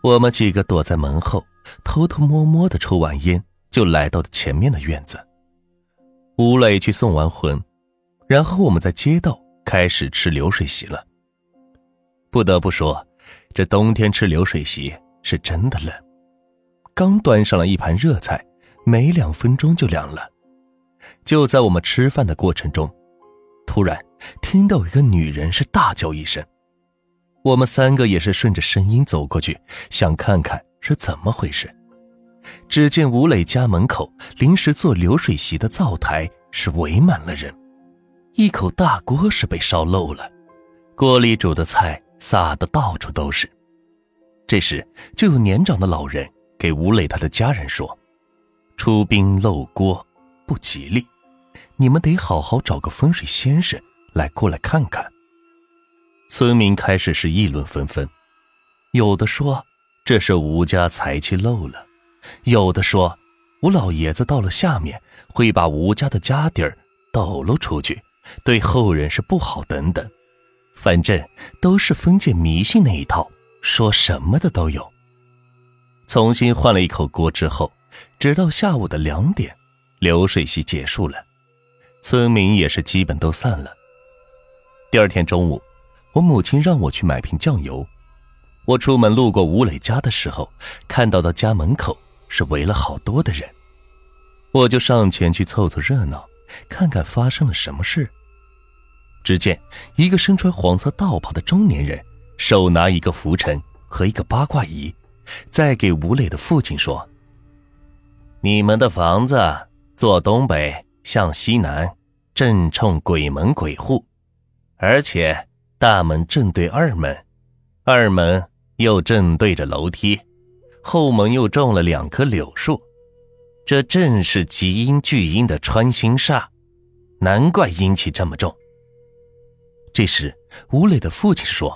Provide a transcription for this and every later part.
我们几个躲在门后，偷偷摸摸地抽完烟，就来到了前面的院子。吴磊去送完魂，然后我们在街道开始吃流水席了。不得不说，这冬天吃流水席是真的冷。刚端上了一盘热菜，没2分钟就凉了。就在我们吃饭的过程中，突然听到一个女人是大叫一声。我们3个也是顺着声音走过去，想看看是怎么回事。只见吴磊家门口临时做流水席的灶台是围满了人，一口大锅是被烧漏了，锅里煮的菜撒得到处都是。这时就有年长的老人给吴磊他的家人说，出兵漏锅不吉利，你们得好好找个风水先生过来看看。村民开始是议论纷纷，有的说这是吴家财气漏了，有的说吴老爷子到了下面会把吴家的家底儿抖露出去，对后人是不好等等，反正都是封建迷信那一套，说什么的都有。重新换了一口锅之后，直到下午的2点，流水席结束了，村民也是基本都散了。第二天中午，我母亲让我去买瓶酱油。我出门路过吴磊家的时候，看到他家门口是围了好多的人，我就上前去凑凑热闹，看看发生了什么事。只见一个身穿黄色道袍的中年人，手拿一个拂尘和一个八卦仪，再给吴磊的父亲说，你们的房子坐东北向西南，正冲鬼门鬼户，而且大门正对二门，二门又正对着楼梯，后门又种了2棵柳树，这正是极阴巨阴的穿心煞，难怪阴气这么重。这时吴磊的父亲说，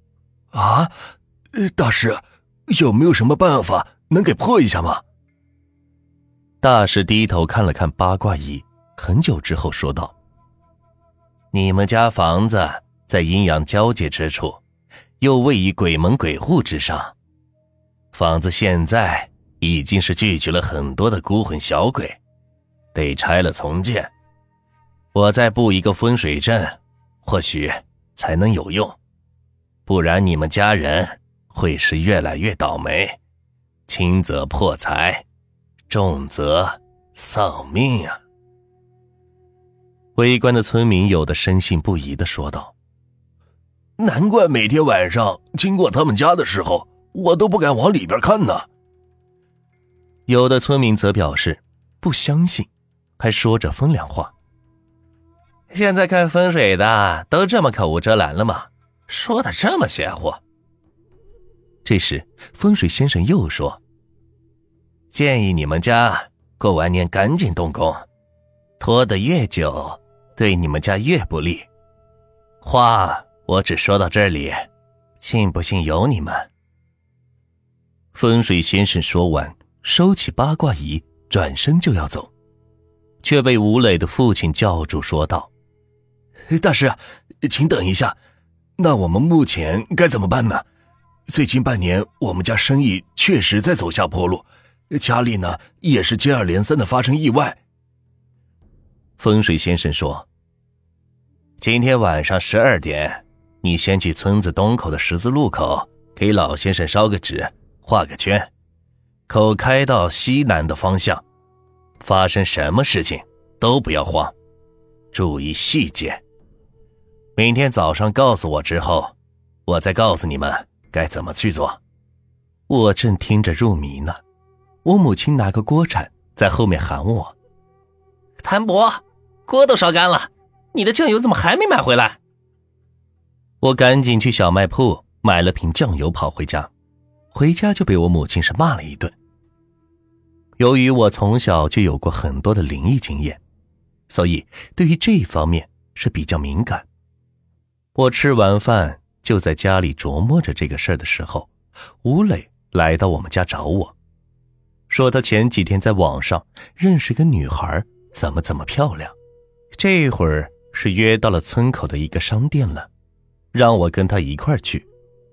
大师，有没有什么办法能给破一下吗？ 大师低头看了看八卦仪，很久之后说道，你们家房子在阴阳交界之处，又位于鬼门鬼户之上，房子现在已经是聚集了很多的孤魂小鬼，得拆了重建。我再布一个风水阵，或许才能有用，不然你们家人会是越来越倒霉，轻则破财，重则丧命啊。围观的村民有的深信不疑地说道， 难怪每天晚上经过他们家的时候，我都不敢往里边看呢。 有的村民则表示不相信，还说着风凉话，现在看风水的都这么口无遮拦了吗？说的这么邪乎。这时风水先生又说，建议你们家过完年赶紧动工，拖得越久对你们家越不利。话我只说到这里，信不信由你们。风水先生说完，收起八卦仪，转身就要走，却被吴磊的父亲叫住说道， 大师，请等一下，那我们目前该怎么办呢？最近半年我们家生意确实在走下坡路，家里呢也是接二连三的发生意外。 风水先生说，今天晚上12点，你先去村子东口的十字路口给老先生烧个纸，画个圈，口开到西南的方向，发生什么事情都不要慌，注意细节。明天早上告诉我之后，我再告诉你们该怎么去做。我正听着入迷呢，我母亲拿个锅铲在后面喊我，谭伯，锅都烧干了，你的酱油怎么还没买回来？我赶紧去小卖铺买了瓶酱油跑回家，回家就被我母亲是骂了一顿。由于我从小就有过很多的灵异经验，所以对于这一方面是比较敏感。我吃完饭就在家里琢磨着这个事儿的时候，吴磊来到我们家找我，说他前几天在网上认识个女孩，怎么漂亮，这会儿是约到了村口的一个商店了，让我跟他一块儿去。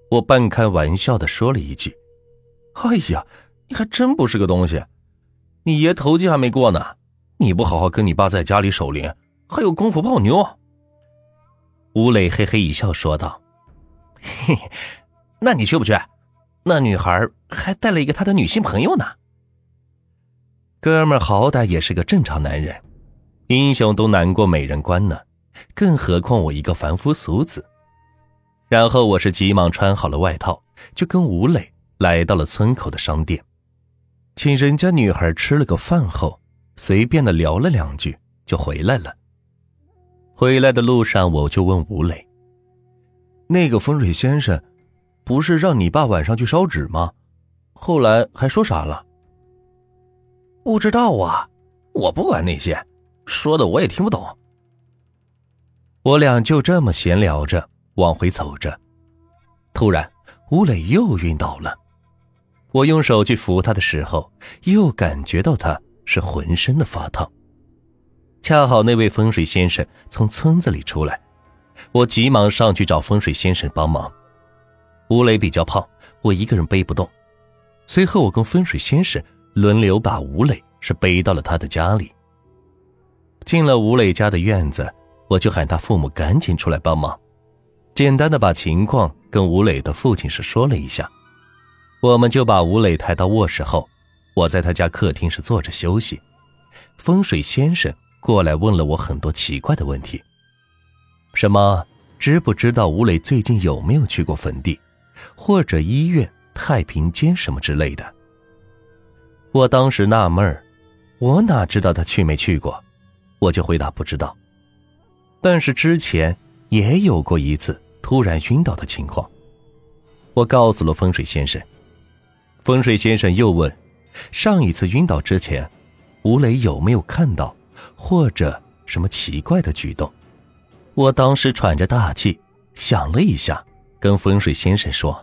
我半开玩笑地说了一句：哎呀，你还真不是个东西，你爷头七还没过呢，你不好好跟你爸在家里守灵，还有功夫泡妞。吴磊嘿嘿一笑说道：嘿嘿，那你去不去？那女孩还带了一个她的女性朋友呢。哥们儿好歹也是个正常男人，英雄都难过美人关呢，更何况我一个凡夫俗子。然后我是急忙穿好了外套，就跟吴磊来到了村口的商店，请人家女孩吃了个饭后，随便的聊了两句就回来了。回来的路上我就问吴磊：那个风水先生不是让你爸晚上去烧纸吗？后来还说啥了？不知道啊，我不管那些，说的我也听不懂。我俩就这么闲聊着往回走着，突然吴磊又晕倒了。我用手去扶他的时候，又感觉到他是浑身的发烫。恰好那位风水先生从村子里出来，我急忙上去找风水先生帮忙。吴磊比较胖，我一个人背不动。随后我跟风水先生轮流把吴磊是背到了他的家里。进了吴磊家的院子，我就喊他父母赶紧出来帮忙，简单的把情况跟吴磊的父亲是说了一下。我们就把吴磊抬到卧室后，我在他家客厅是坐着休息。风水先生过来问了我很多奇怪的问题，什么知不知道吴磊最近有没有去过坟地，或者医院、太平间什么之类的。我当时纳闷，我哪知道他去没去过，我就回答不知道。但是之前也有过一次突然晕倒的情况，我告诉了风水先生。风水先生又问，上一次晕倒之前，吴磊有没有看到或者什么奇怪的举动。我当时喘着大气想了一下，跟风水先生说：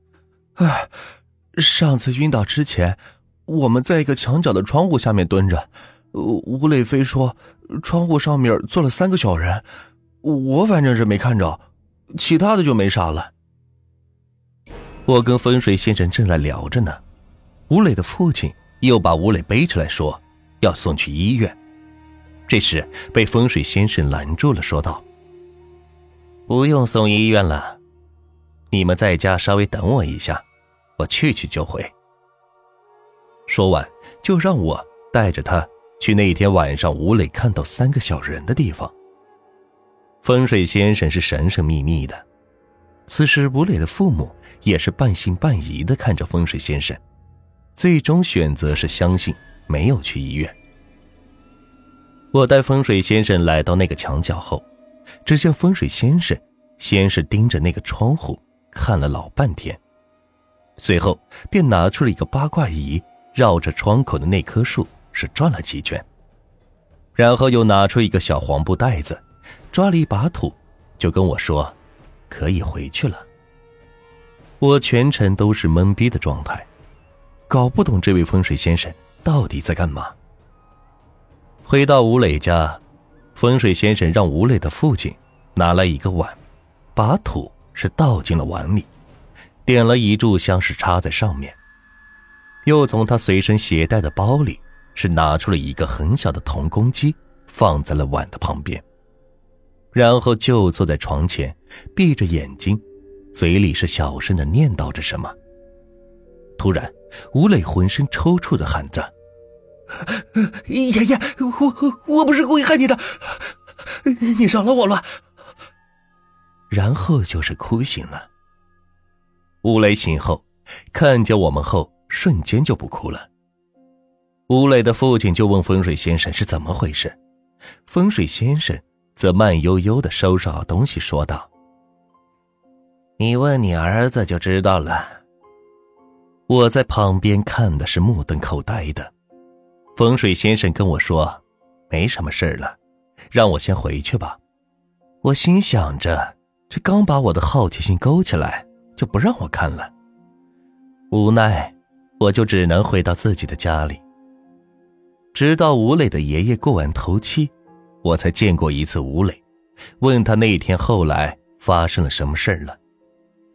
上次晕倒之前，我们在一个墙角的窗户下面蹲着，吴磊飞说窗户上面坐了3个小人，我反正是没看着，其他的就没啥了。我跟风水先生正在聊着呢，吴磊的父亲又把吴磊背出来说要送去医院。这时被风水先生拦住了，说道：不用送医院了，你们在家稍微等我一下，我去就回。说完就让我带着他去那天晚上吴磊看到3个小人的地方。风水先生是神神秘秘的，此时吴磊的父母也是半信半疑地看着风水先生，最终选择是相信，没有去医院。我带风水先生来到那个墙角后，只见风水先生先是盯着那个窗户看了老半天，随后便拿出了一个八卦仪，绕着窗口的那棵树是转了几圈，然后又拿出一个小黄布袋子，抓了一把土，就跟我说可以回去了。我全程都是懵逼的状态，搞不懂这位风水先生到底在干嘛。回到吴磊家，风水先生让吴磊的父亲拿来一个碗，把土是倒进了碗里，点了一炷香是插在上面，又从他随身携带的包里是拿出了一个很小的铜公鸡，放在了碗的旁边，然后就坐在床前，闭着眼睛，嘴里是小声的念叨着什么。突然吴磊浑身抽搐的喊着：爷爷，我不是故意害你的，你饶了我了。然后就是哭醒了。吴磊醒后看见我们后瞬间就不哭了。吴磊的父亲就问风水先生是怎么回事，风水先生则慢悠悠地收拾好东西说道：你问你儿子就知道了。我在旁边看的是目瞪口呆的。风水先生跟我说没什么事了，让我先回去吧。我心想着这刚把我的好奇心勾起来就不让我看了，无奈我就只能回到自己的家里。直到吴磊的爷爷过完头七，我才见过一次吴磊，问他那天后来发生了什么事了。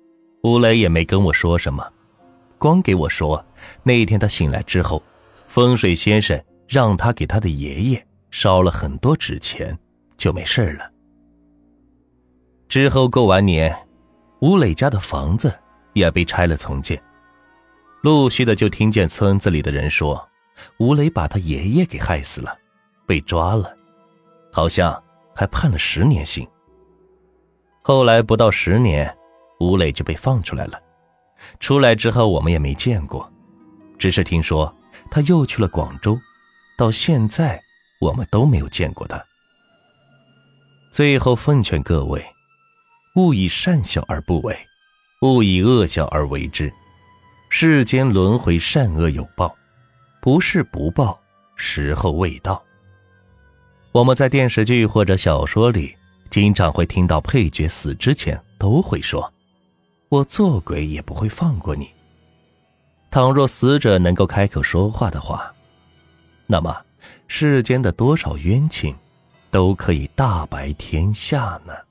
吴磊也没跟我说什么，光给我说那天他醒来之后，风水先生让他给他的爷爷烧了很多纸钱，就没事了。之后过完年，吴磊家的房子也被拆了重建，陆续的就听见村子里的人说，吴磊把他爷爷给害死了，被抓了，好像还判了10年刑。后来不到10年，吴磊就被放出来了。出来之后我们也没见过，只是听说他又去了广州，到现在我们都没有见过他。最后奉劝各位，勿以善小而不为，勿以恶小而为之。世间轮回，善恶有报，不是不报，时候未到。我们在电视剧或者小说里经常会听到配角死之前都会说，我做鬼也不会放过你。倘若死者能够开口说话的话，那么世间的多少冤情都可以大白天下呢。